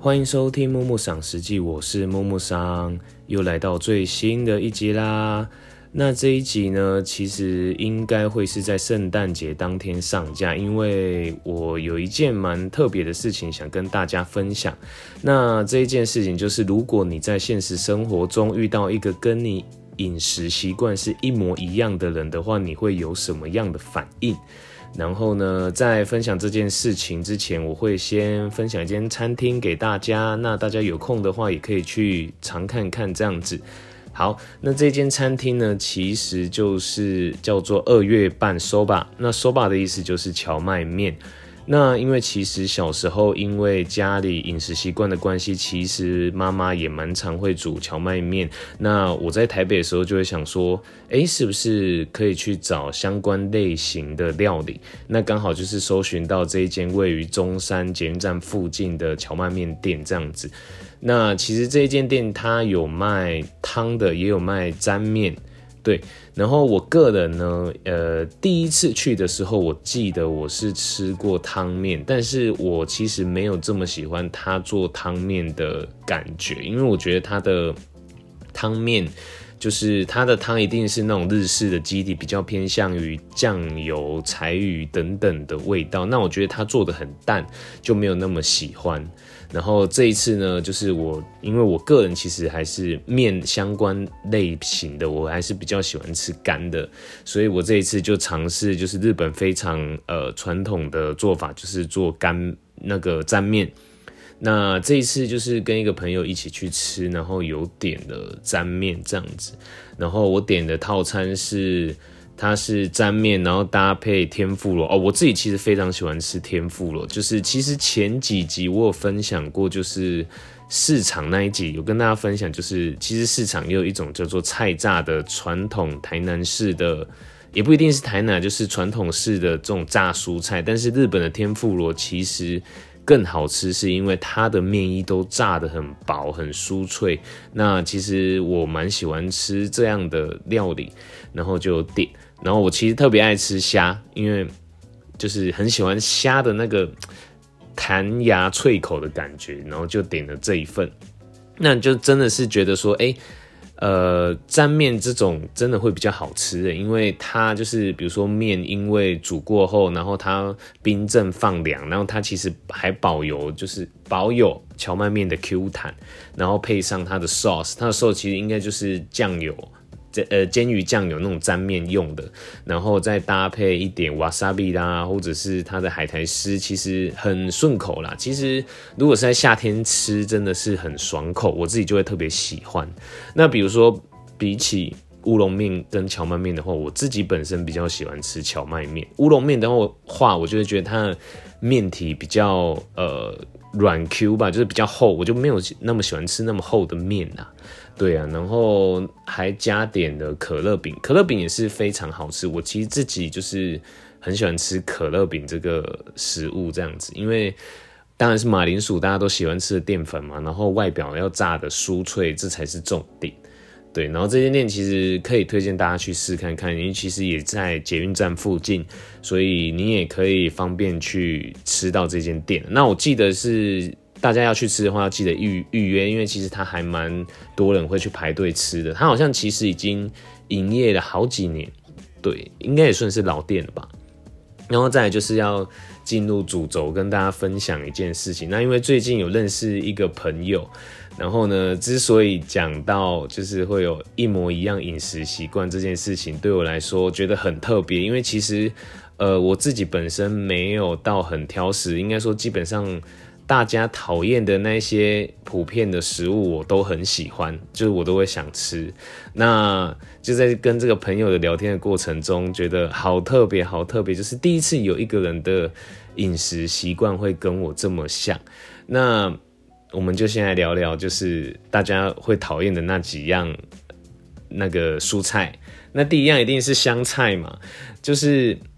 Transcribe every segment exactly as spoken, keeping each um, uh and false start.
欢迎收听木木赏食记，我是木木桑，又来到最新的一集啦。那这一集呢，其实应该会是在圣诞节当天上架，因为我有一件蛮特别的事情想跟大家分享。那这一件事情就是，如果你在现实生活中遇到一个跟你饮食习惯是一模一样的人的话，你会有什么样的反应？然后呢，在分享这件事情之前，我会先分享一间餐厅给大家。那大家有空的话，也可以去尝看看这样子。好，那这间餐厅呢，其实就是叫做二月半 soba。那 soba 的意思就是荞麦面。那因为其实小时候因为家里饮食习惯的关系，其实妈妈也蛮常会煮荞麦面。那我在台北的时候就会想说，诶，是不是可以去找相关类型的料理？那刚好就是搜寻到这一间位于中山捷运站附近的荞麦面店这样子。那其实这一间店它有卖汤的，也有卖沾面。对，然后我个人呢，呃，第一次去的时候，我记得我是吃过汤面，但是我其实没有这么喜欢他做汤面的感觉，因为我觉得他的汤面就是它的汤一定是那种日式的基底，比较偏向于酱油、柴鱼等等的味道。那我觉得它做的很淡，就没有那么喜欢。然后这一次呢，就是我因为我个人其实还是面相关类型的，我还是比较喜欢吃干的，所以我这一次就尝试就是日本非常呃传统的做法，就是做干那个沾面。那这一次就是跟一个朋友一起去吃，然后有点了沾面这样子，然后我点的套餐是它是沾面，然后搭配天妇罗哦。我自己其实非常喜欢吃天妇罗，就是其实前几集我有分享过，就是市场那一集有跟大家分享，就是其实市场也有一种叫做菜炸的传统台南式的，也不一定是台南，就是传统式的这种炸蔬菜，但是日本的天妇罗其实更好吃，是因为它的面衣都炸得很薄很酥脆。那其实我蛮喜欢吃这样的料理，然后就点。然后我其实特别爱吃虾，因为就是很喜欢虾的那个弹牙脆口的感觉，然后就点了这一份。那就真的是觉得说，哎、欸。呃，沾面这种真的会比较好吃的，因为它就是比如说面因为煮过后，然后它冰镇放凉，然后它其实还保有就是保有荞麦面的 Q 弹，然后配上它的 sauce， 它的 sauce 其实应该就是酱油。呃，煎鱼酱有那种沾面用的，然后再搭配一点 wasabi 啦，或者是它的海苔丝，其实很顺口啦。其实如果是在夏天吃，真的是很爽口，我自己就会特别喜欢。那比如说，比起乌龙面跟荞麦面的话，我自己本身比较喜欢吃荞麦面。乌龙面的话，我就会觉得它的面体比较呃软 Q 吧，就是比较厚，我就没有那么喜欢吃那么厚的面啦。对啊，然后还加点了可乐饼，可乐饼也是非常好吃。我其实自己就是很喜欢吃可乐饼这个食物这样子，因为当然是马铃薯大家都喜欢吃的淀粉嘛，然后外表要炸的酥脆，这才是重点。对，然后这间店其实可以推荐大家去试看看，因为其实也在捷运站附近，所以你也可以方便去吃到这间店。那我记得是大家要去吃的话，要记得预预约，因为其实它还蛮多人会去排队吃的。它好像其实已经营业了好几年，对，应该也算是老店了吧。然后再来就是要进入主轴，跟大家分享一件事情。那因为最近有认识一个朋友，然后呢，之所以讲到就是会有一模一样饮食习惯这件事情，对我来说觉得很特别，因为其实呃我自己本身没有到很挑食，应该说基本上大家讨厌的那些普遍的食物我都很喜欢，就是我都会想吃。那就在跟这个朋友的聊天的过程中，觉得好特别好特别，就是第一次有一个人的饮食习惯会跟我这么像。那我们就先来聊聊，就是大家会讨厌的那几样那个蔬菜。那第一样一定是香菜嘛，就是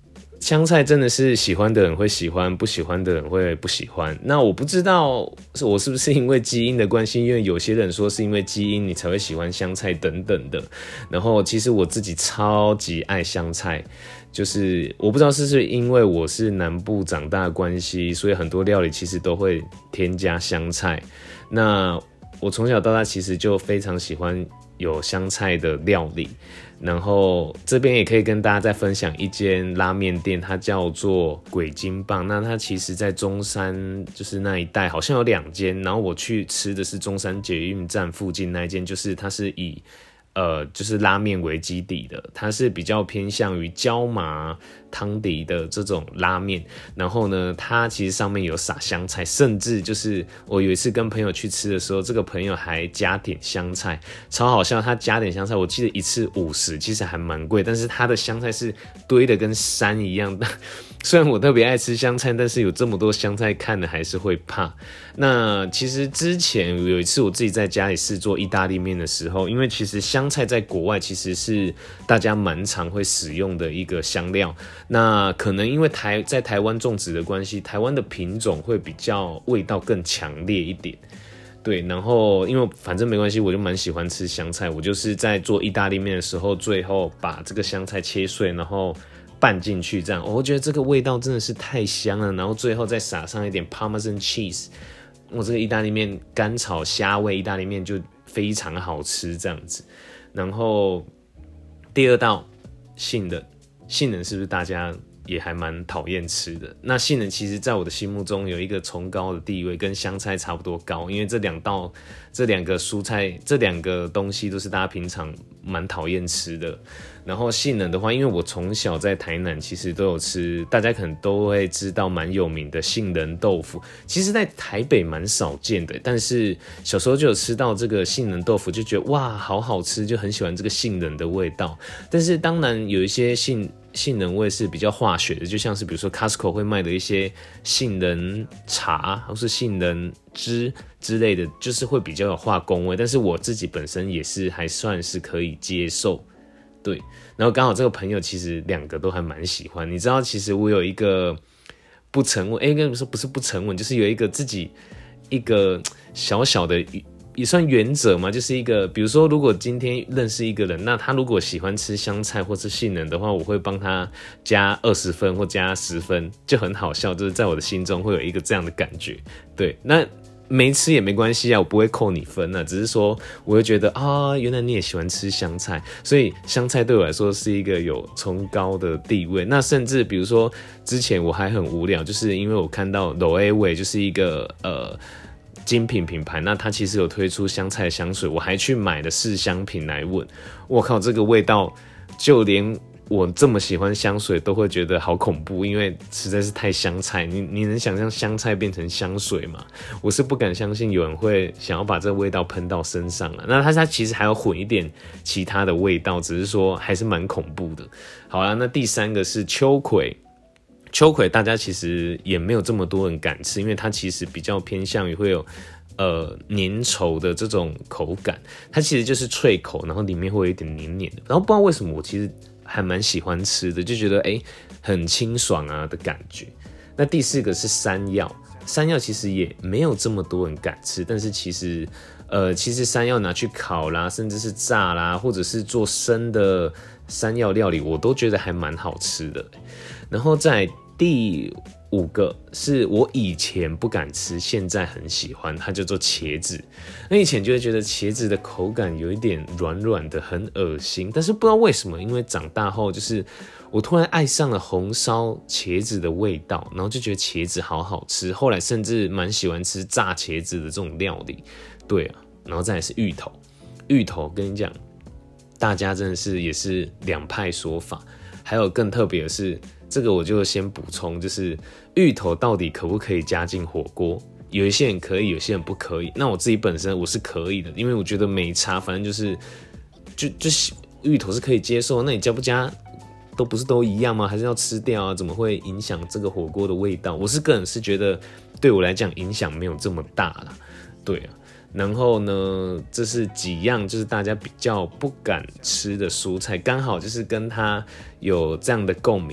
香菜真的是喜欢的人会喜欢，不喜欢的人会不喜欢。那我不知道我是不是因为基因的关系，因为有些人说是因为基因你才会喜欢香菜等等的。然后其实我自己超级爱香菜，就是我不知道是不是因为我是南部长大的关系，所以很多料理其实都会添加香菜。那我从小到大其实就非常喜欢有香菜的料理。然后这边也可以跟大家再分享一间拉面店，它叫做鬼金棒。那它其实在中山就是那一带好像有两间，然后我去吃的是中山捷运站附近那一间，就是它是以呃就是拉面为基底的，它是比较偏向于椒麻汤底的这种拉面。然后呢，它其实上面有撒香菜，甚至就是我有一次跟朋友去吃的时候，这个朋友还加点香菜，超好笑。他加点香菜，我记得一次五十，其实还蛮贵，但是他的香菜是堆的跟山一样的。虽然我特别爱吃香菜，但是有这么多香菜看了还是会怕。那其实之前有一次我自己在家里试做意大利面的时候，因为其实香菜在国外其实是大家蛮常会使用的一个香料。那可能因为台在台湾种植的关系，台湾的品种会比较味道更强烈一点。对，然后因为反正没关系，我就蛮喜欢吃香菜。我就是在做意大利面的时候，最后把这个香菜切碎，然后拌进去，这样、哦、我觉得这个味道真的是太香了。然后最后再撒上一点 Parmesan cheese， 我这个意大利面干炒虾味意大利面就非常好吃这样子。然后第二道杏仁，杏仁是不是大家也还蛮讨厌吃的？那杏仁其实在我的心目中有一个崇高的地位，跟香菜差不多高，因为这两道、这两个蔬菜、这两个东西都是大家平常蛮讨厌吃的。然后杏仁的话，因为我从小在台南其实都有吃，大家可能都会知道蛮有名的杏仁豆腐，其实在台北蛮少见的，但是小时候就有吃到这个杏仁豆腐，就觉得哇好好吃，就很喜欢这个杏仁的味道。但是当然有一些杏杏仁味是比较化学的，就像是比如说 Costco 会卖的一些杏仁茶或是杏仁汁之类的，就是会比较有化工味，但是我自己本身也是还算是可以接受。对，然后刚好这个朋友其实两个都还蛮喜欢。你知道其实我有一个不成文，哎，跟你说不是不成文，就是有一个自己一个小小的也算原则嘛，就是一个比如说如果今天认识一个人，那他如果喜欢吃香菜或是杏仁的话，我会帮他加二十分或加十分，就很好笑，就是在我的心中会有一个这样的感觉。对，那没吃也没关系啊，我不会扣你分啊，只是说我会觉得啊，原来你也喜欢吃香菜，所以香菜对我来说是一个有崇高的地位。那甚至比如说之前我还很无聊，就是因为我看到 Loewe 就是一个呃精品品牌，那它其实有推出香菜香水，我还去买了试香品来闻。我靠，这个味道就连我这么喜欢香水都会觉得好恐怖，因为实在是太香菜。你你能想象香菜变成香水吗？我是不敢相信有人会想要把这个味道喷到身上了。那它它其实还有混一点其他的味道，只是说还是蛮恐怖的。好啦，那第三个是秋葵。秋葵大家其实也没有这么多人敢吃，因为它其实比较偏向于会有呃粘稠的这种口感，它其实就是脆口，然后里面会有一点黏黏的。然后不知道为什么我其实还蛮喜欢吃的，就觉得哎很清爽啊的感觉。那第四个是山药，山药其实也没有这么多人敢吃，但是其实呃其实山药拿去烤啦，甚至是炸啦，或者是做生的山药料理，我都觉得还蛮好吃的。然后在第五个是我以前不敢吃，现在很喜欢，它叫做茄子。那以前就会觉得茄子的口感有一点软软的，很恶心。但是不知道为什么，因为长大后就是我突然爱上了红烧茄子的味道，然后就觉得茄子好好吃。后来甚至蛮喜欢吃炸茄子的这种料理。对啊，然后再来是芋头，芋头跟你讲，大家真的是也是两派说法。还有更特别的是，这个我就先补充，就是芋头到底可不可以加进火锅？有一些人可以，有些人不可以。那我自己本身我是可以的，因为我觉得没差，反正就是就就芋头是可以接受。那你加不加都不是都一样吗？还是要吃掉啊？怎么会影响这个火锅的味道？我是个人是觉得对我来讲影响没有这么大啦。对啊。然后呢，这是几样就是大家比较不敢吃的蔬菜，刚好就是跟它有这样的共鸣。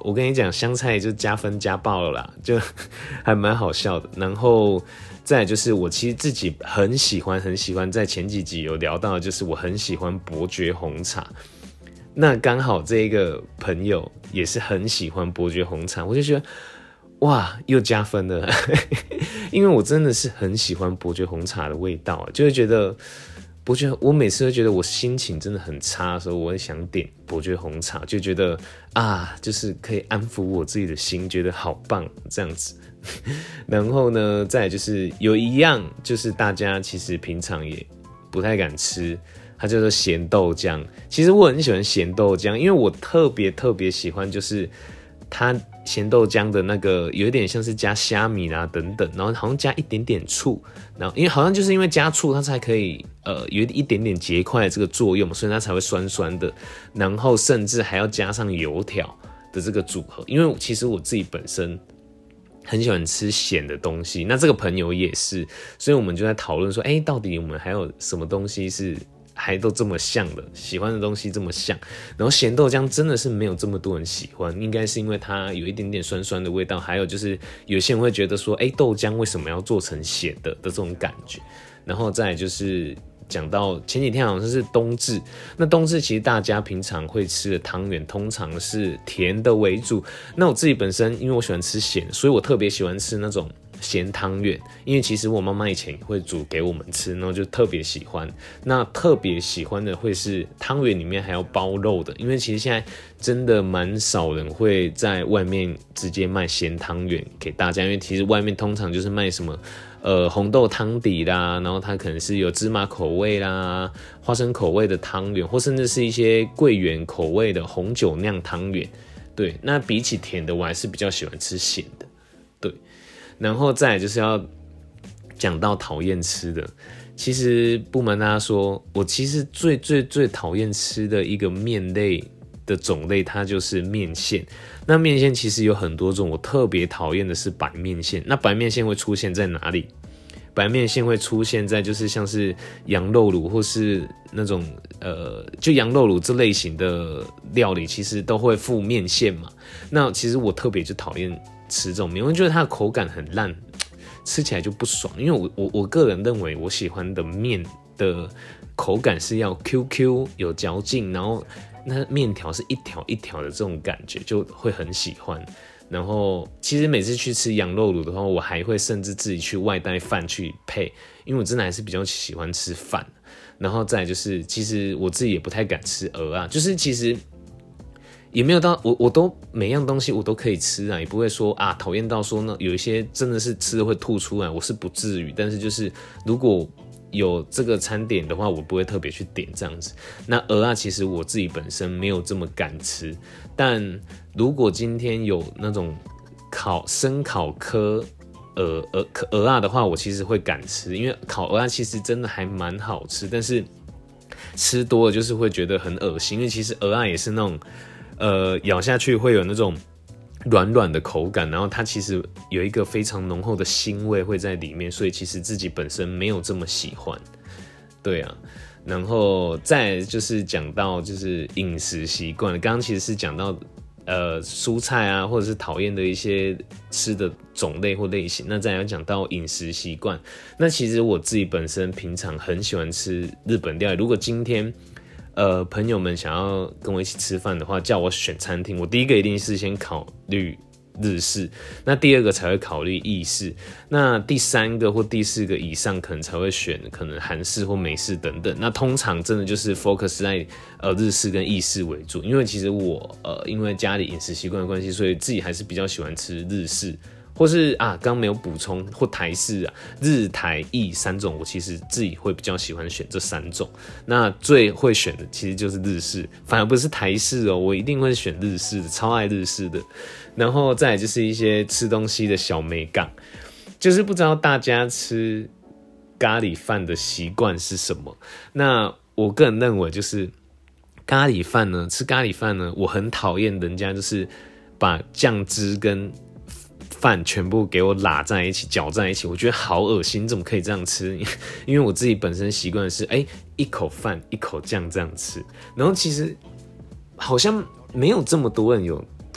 我跟你讲，香菜就加分加爆了啦，就还蛮好笑的。然后再来就是我其实自己很喜欢很喜欢，在前几集有聊到的就是我很喜欢伯爵红茶。那刚好这一个朋友也是很喜欢伯爵红茶，我就觉得哇，又加分了，因为我真的是很喜欢伯爵红茶的味道，就会觉得伯爵，我每次都觉得我心情真的很差的时候，我会想点伯爵红茶，就觉得啊，就是可以安抚我自己的心，觉得好棒这样子。然后呢，再来就是有一样，就是大家其实平常也不太敢吃，它叫做咸豆浆。其实我很喜欢咸豆浆，因为我特别特别喜欢，就是它咸豆浆的那个有一点像是加虾米啦等等，然后好像加一点点醋，然后因为好像就是因为加醋，它才可以呃有一点点结块的这个作用，所以它才会酸酸的，然后甚至还要加上油条的这个组合。因为其实我自己本身很喜欢吃咸的东西，那这个朋友也是，所以我们就在讨论说，哎，到底我们还有什么东西是还都这么像的，喜欢的东西这么像，然后咸豆浆真的是没有这么多人喜欢，应该是因为它有一点点酸酸的味道，还有就是有些人会觉得说，哎，豆浆为什么要做成咸的的这种感觉。然后再来就是讲到前几天好像是冬至，那冬至其实大家平常会吃的汤圆通常是甜的为主，那我自己本身因为我喜欢吃咸，所以我特别喜欢吃那种咸汤圆，因为其实我妈妈以前也会煮给我们吃，然后就特别喜欢。那特别喜欢的会是汤圆里面还要包肉的，因为其实现在真的蛮少人会在外面直接卖咸汤圆给大家，因为其实外面通常就是卖什么呃红豆汤底啦，然后它可能是有芝麻口味啦、花生口味的汤圆，或甚至是一些桂圆口味的红酒酿汤圆。对，那比起甜的，我还是比较喜欢吃咸的。对。然后再来就是要讲到讨厌吃的，其实不瞒大家说，我其实最最最讨厌吃的一个面类的种类，它就是面线。那面线其实有很多种，我特别讨厌的是白面线。那白面线会出现在哪里？白面线会出现在就是像是羊肉卤或是那种呃，就羊肉卤这类型的料理，其实都会附面线嘛。那其实我特别就讨厌吃这种面，我觉得它的口感很烂，吃起来就不爽。因为我我我个人认为，我喜欢的面的口感是要 Q Q 有嚼劲，然后那面条是一条一条的这种感觉，就会很喜欢。然后其实每次去吃羊肉卤的话，我还会甚至自己去外带饭去配，因为我真的还是比较喜欢吃饭。然后再来就是，其实我自己也不太敢吃蚵啊，就是其实也没有到我我都每样东西我都可以吃啊，也不会说啊讨厌到说呢有一些真的是吃了会吐出来，我是不至于。但是就是如果有这个餐点的话，我不会特别去点这样子。那蚵啊，其实我自己本身没有这么敢吃，但如果今天有那种烤生烤科蚵蚵蚵啊的话，我其实会敢吃，因为烤蚵啊其实真的还蛮好吃，但是吃多了就是会觉得很恶心，因为其实蚵啊也是那种呃咬下去会有那种软软的口感，然后它其实有一个非常浓厚的腥味会在里面，所以其实自己本身没有这么喜欢。对啊，然后再来就是讲到就是饮食习惯，刚刚其实是讲到呃蔬菜啊，或者是讨厌的一些吃的种类或类型。那再来讲到饮食习惯，那其实我自己本身平常很喜欢吃日本料理。如果今天呃，朋友们想要跟我一起吃饭的话，叫我选餐厅，我第一个一定是先考虑日式，那第二个才会考虑意式，那第三个或第四个以上可能才会选可能韩式或美式等等。那通常真的就是 focus 在呃日式跟意式为主，因为其实我呃因为家里饮食习惯的关系，所以自己还是比较喜欢吃日式。或是啊，刚没有补充或台式啊，日台意三种，我其实自己会比较喜欢选这三种。那最会选的其实就是日式，反而不是台式哦，我一定会选日式的，超爱日式的。然后再来就是一些吃东西的小美感，就是不知道大家吃咖喱饭的习惯是什么。那我个人认为就是咖喱饭呢，吃咖喱饭呢，我很讨厌人家就是把酱汁跟饭全部给我拉在一起搅在一起，我觉得好恶心，怎么可以这样吃？因为我自己本身习惯的是，哎、欸，一口饭一口酱这样吃。然后其实好像没有这么多人有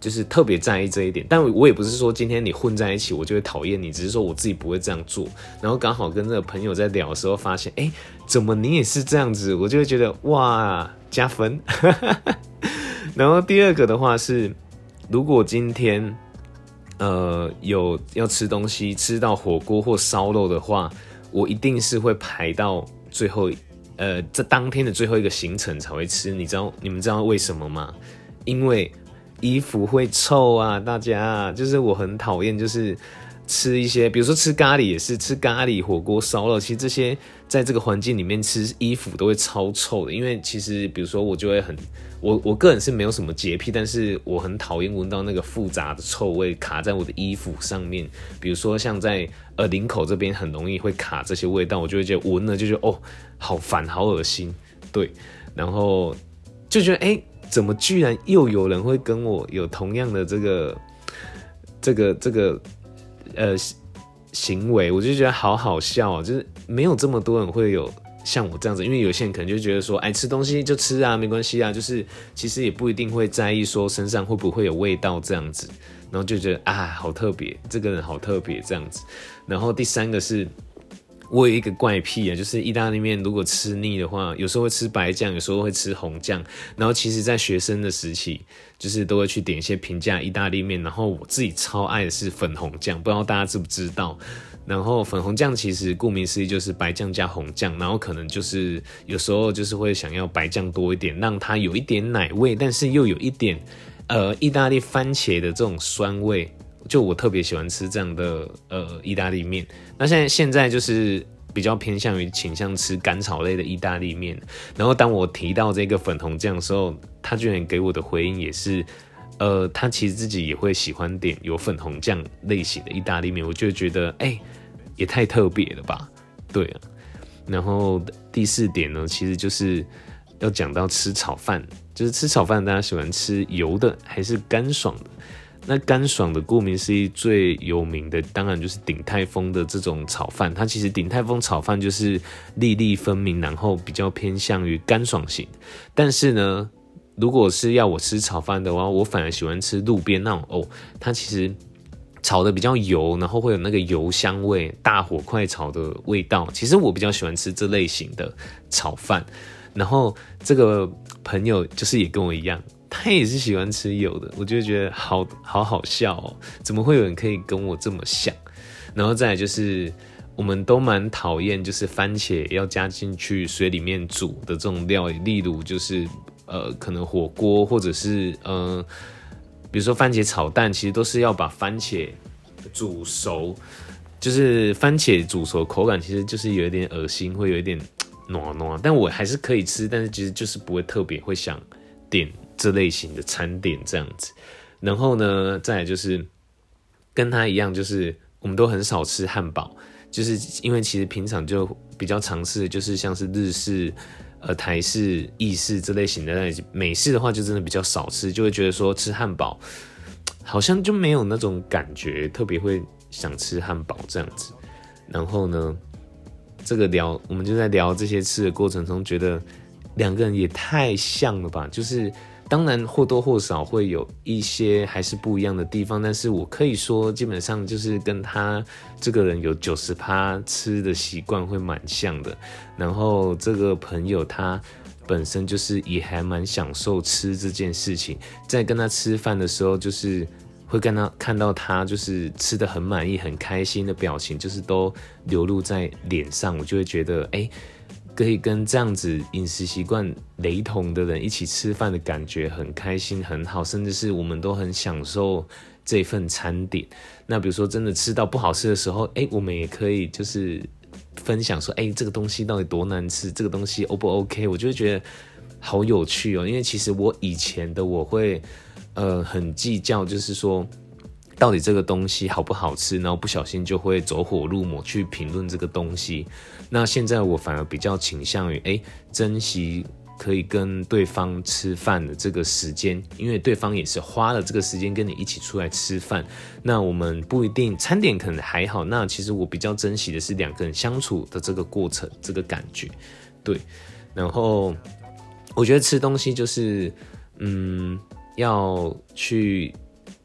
就是特别在意这一点，但我也不是说今天你混在一起我就会讨厌你，只是说我自己不会这样做。然后刚好跟这个朋友在聊的时候发现，哎，怎么你也是这样子？我就会觉得哇，加分。然后第二个的话是，如果今天呃有要吃东西，吃到火锅或烧肉的话，我一定是会排到最后，呃，这当天的最后一个行程才会吃。你知道你们知道为什么吗？因为衣服会臭啊，大家就是我很讨厌，就是吃一些，比如说吃咖喱也是，吃咖喱、火锅、烧肉，其实这些在这个环境里面吃，衣服都会超臭的。因为其实比如说我就会很，我我个人是没有什么洁癖，但是我很讨厌闻到那个复杂的臭味卡在我的衣服上面。比如说像在呃领口这边很容易会卡这些味道，我就会觉得闻了就觉得哦好烦好恶心，对，然后就觉得哎。欸怎么居然又有人会跟我有同样的这个这个这个呃行为？我就觉得好好笑啊！就是没有这么多人会有像我这样子，因为有些人可能就觉得说，哎，吃东西就吃啊，没关系啊，就是其实也不一定会在意说身上会不会有味道这样子，然后就觉得啊，好特别，这个人好特别这样子。然后第三个是。我有一个怪癖啊，就是意大利面如果吃腻的话，有时候会吃白酱，有时候会吃红酱。然后其实在学生的时期，就是都会去点一些平价意大利面，然后我自己超爱的是粉红酱，不知道大家知不知道。然后粉红酱其实顾名思义就是白酱加红酱，然后可能就是有时候就是会想要白酱多一点，让它有一点奶味，但是又有一点呃意大利番茄的这种酸味。就我特别喜欢吃这样的呃意大利面，那现在现在就是比较偏向于倾向吃甘草类的意大利面。然后当我提到这个粉红酱的时候，他居然给我的回应也是，呃，他其实自己也会喜欢点有粉红酱类型的意大利面，我就觉得哎、欸，也太特别了吧，对啊。然后第四点呢，其实就是要讲到吃炒饭，就是吃炒饭大家喜欢吃油的还是干爽的？那干爽的顾名思义最有名的当然就是鼎泰丰的这种炒饭，它其实鼎泰丰炒饭就是粒粒分明，然后比较偏向于干爽型。但是呢，如果是要我吃炒饭的话，我反而喜欢吃路边那种哦，它其实炒的比较油，然后会有那个油香味，大火快炒的味道。其实我比较喜欢吃这类型的炒饭。然后这个朋友就是也跟我一样。他也是喜欢吃油的，我就觉得好好好笑哦，怎么会有人可以跟我这么像？然后再来就是，我们都蛮讨厌就是番茄要加进去水里面煮的这种料理，例如就是呃可能火锅或者是呃比如说番茄炒蛋，其实都是要把番茄煮熟，就是番茄煮熟口感其实就是有一点恶心，会有一点糯糯，但我还是可以吃，但是其实就是不会特别会想点这类型的餐点这样子。然后呢，再来就是跟他一样，就是我们都很少吃汉堡，就是因为其实平常就比较尝试，就是像是日式、呃台式、意式这类型的，美式的话就真的比较少吃，就会觉得说吃汉堡好像就没有那种感觉，特别会想吃汉堡这样子。然后呢，这个聊我们就在聊这些吃的过程中，觉得两个人也太像了吧，就是当然或多或少会有一些还是不一样的地方，但是我可以说基本上就是跟他这个人有 百分之九十 吃的习惯会蛮像的。然后这个朋友他本身就是也还蛮享受吃这件事情，在跟他吃饭的时候就是会跟他看到他就是吃得很满意很开心的表情，就是都流露在脸上，我就会觉得哎、欸，可以跟这样子饮食习惯雷同的人一起吃饭的感觉很开心很好，甚至是我们都很享受这份餐点。那比如说真的吃到不好吃的时候，哎、欸，我们也可以就是分享说，哎、欸，这个东西到底多难吃，这个东西 O 不 OK， 我就会觉得好有趣哦。因为其实我以前的我会呃很计较，就是说到底这个东西好不好吃，然后不小心就会走火入魔去评论这个东西。那现在我反而比较倾向于哎珍惜可以跟对方吃饭的这个时间，因为对方也是花了这个时间跟你一起出来吃饭。那我们不一定餐点可能还好，那其实我比较珍惜的是两个人相处的这个过程，这个感觉。对，然后我觉得吃东西就是嗯要去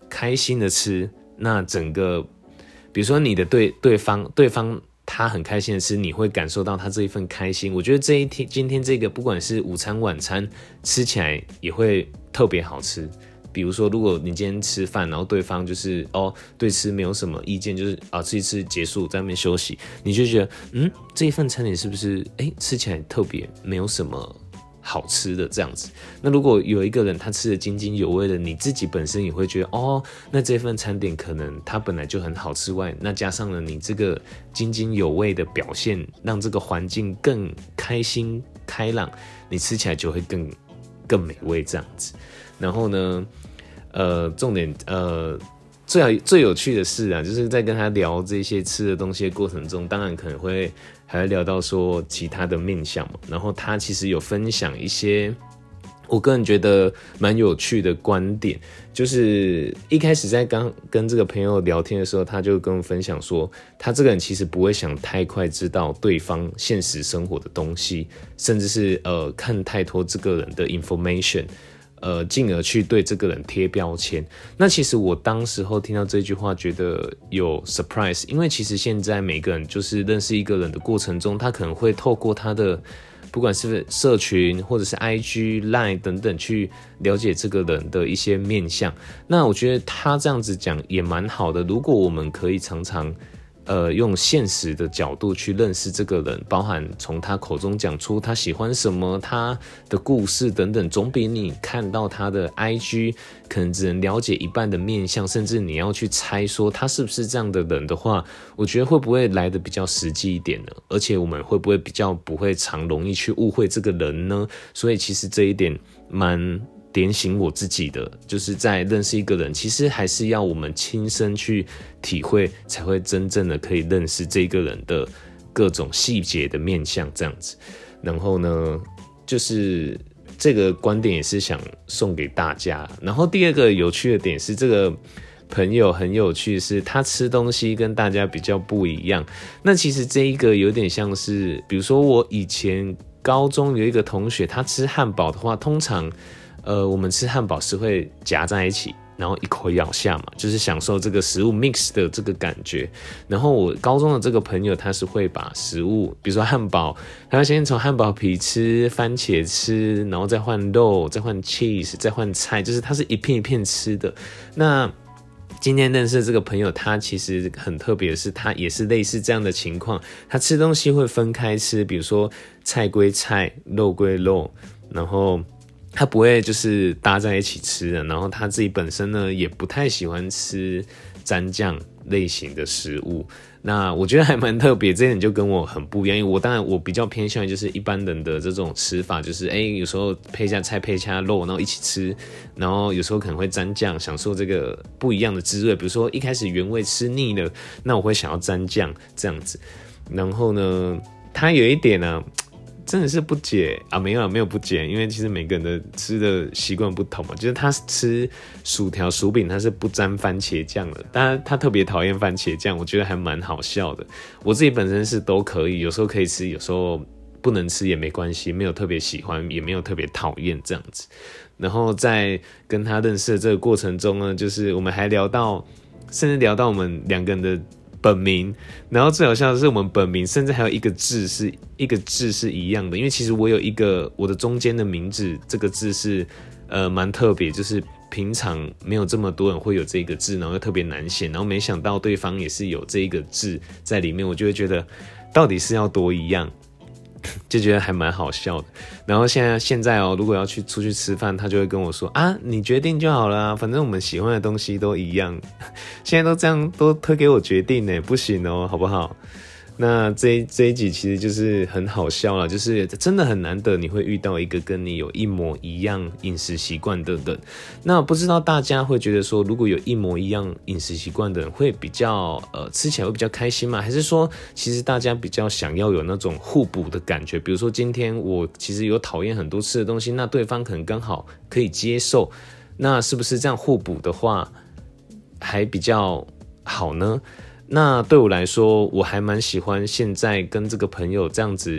开心的吃，那整个比如说你的对对方对方他很开心的吃，你会感受到他这一份开心。我觉得这一天今天这个不管是午餐晚餐吃起来也会特别好吃。比如说如果你今天吃饭，然后对方就是哦对吃没有什么意见，就是啊吃一吃结束在那边休息，你就觉得嗯这一份餐点是不是哎吃起来特别没有什么好吃的这样子。那如果有一个人他吃得津津有味的，你自己本身也会觉得哦，那这份餐点可能它本来就很好吃外，那加上了你这个津津有味的表现，让这个环境更开心开朗，你吃起来就会更更美味这样子。然后呢，呃，重点呃。最最有趣的是啊，就是在跟他聊这些吃的东西的过程中，当然可能会还会聊到说其他的面向嘛。然后他其实有分享一些我个人觉得蛮有趣的观点，就是一开始在刚跟这个朋友聊天的时候，他就跟我分享说，他这个人其实不会想太快知道对方现实生活的东西，甚至是呃看太多这个人的 information。呃，进而去对这个人贴标签。那其实我当时候听到这句话，觉得有 surprise， 因为其实现在每个人就是认识一个人的过程中，他可能会透过他的不管是社群或者是 I G、Line 等等去了解这个人的一些面向。那我觉得他这样子讲也蛮好的。如果我们可以常常呃，用现实的角度去认识这个人，包含从他口中讲出他喜欢什么，他的故事等等，总比你看到他的 I G 可能只能了解一半的面向，甚至你要去猜说他是不是这样的人的话，我觉得会不会来得比较实际一点呢？而且我们会不会比较不会常容易去误会这个人呢？所以其实这一点蛮点醒我自己的，就是在认识一个人，其实还是要我们亲身去体会，才会真正的可以认识这个人的各种细节的面向这样子。然后呢，就是这个观点也是想送给大家。然后第二个有趣的点是，这个朋友很有趣，是他吃东西跟大家比较不一样。那其实这一个有点像是，比如说我以前高中有一个同学，他吃汉堡的话，通常呃，我们吃汉堡是会夹在一起，然后一口咬下嘛，就是享受这个食物 mix 的这个感觉。然后我高中的这个朋友，他是会把食物，比如说汉堡，他要先从汉堡皮吃，番茄吃，然后再换肉，再换 cheese， 再换菜，就是他是一片一片吃的。那今天认识的这个朋友，他其实很特别的是，他也是类似这样的情况，他吃东西会分开吃，比如说菜归菜，肉归肉，然后他不会就是搭在一起吃的，然后他自己本身呢也不太喜欢吃蘸酱类型的食物。那我觉得还蛮特别，这一点就跟我很不一样，因为我当然我比较偏向于就是一般人的这种吃法，就是哎、欸、有时候配一下菜配一下肉，然后一起吃，然后有时候可能会蘸酱，享受这个不一样的滋味。比如说一开始原味吃腻了，那我会想要蘸酱这样子。然后呢，他有一点呢、啊。真的是不解啊，没有啊，没有不解，因为其实每个人的吃的习惯不同嘛。就是他吃薯条、薯饼，他是不沾番茄酱的，当然他特别讨厌番茄酱，我觉得还蛮好笑的。我自己本身是都可以，有时候可以吃，有时候不能吃也没关系，没有特别喜欢，也没有特别讨厌这样子。然后在跟他认识的这个过程中呢，就是我们还聊到，甚至聊到我们两个人的本名，然后最好笑的是我们本名甚至还有一个字是一个字是一样的，因为其实我有一个我的中间的名字，这个字是呃蛮特别，就是平常没有这么多人会有这个字，然后又特别难写，然后没想到对方也是有这一个字在里面，我就会觉得到底是要多一样，就觉得还蛮好笑的。然后现在现在哦，如果要去出去吃饭，他就会跟我说啊，你决定就好了啊，反正我们喜欢的东西都一样。现在都这样都推给我决定呢，不行哦，好不好？那这一这一集其实就是很好笑啦，就是真的很难得你会遇到一个跟你有一模一样饮食习惯的人。那不知道大家会觉得说，如果有一模一样饮食习惯的人，会比较呃吃起来会比较开心吗？还是说，其实大家比较想要有那种互补的感觉？比如说今天我其实有讨厌很多吃的东西，那对方可能刚好可以接受，那是不是这样互补的话还比较好呢？那对我来说，我还蛮喜欢现在跟这个朋友这样子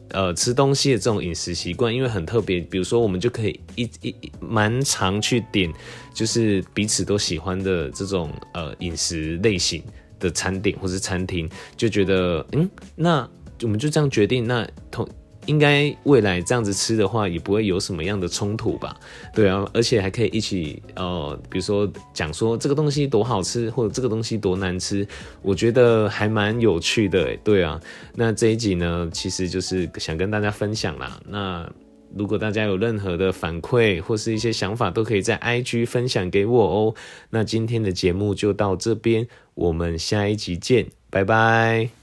呃吃东西的这种饮食习惯，因为很特别，比如说我们就可以一一蛮常去点，就是彼此都喜欢的这种呃饮食类型的餐点或是餐厅，就觉得嗯，那我们就这样决定，那同。应该未来这样子吃的话，也不会有什么样的冲突吧？对啊，而且还可以一起呃，比如说讲说这个东西多好吃，或者这个东西多难吃，我觉得还蛮有趣的。对啊，那这一集呢，其实就是想跟大家分享啦。那如果大家有任何的反馈或是一些想法，都可以在 I G 分享给我哦。那今天的节目就到这边，我们下一集见，拜拜。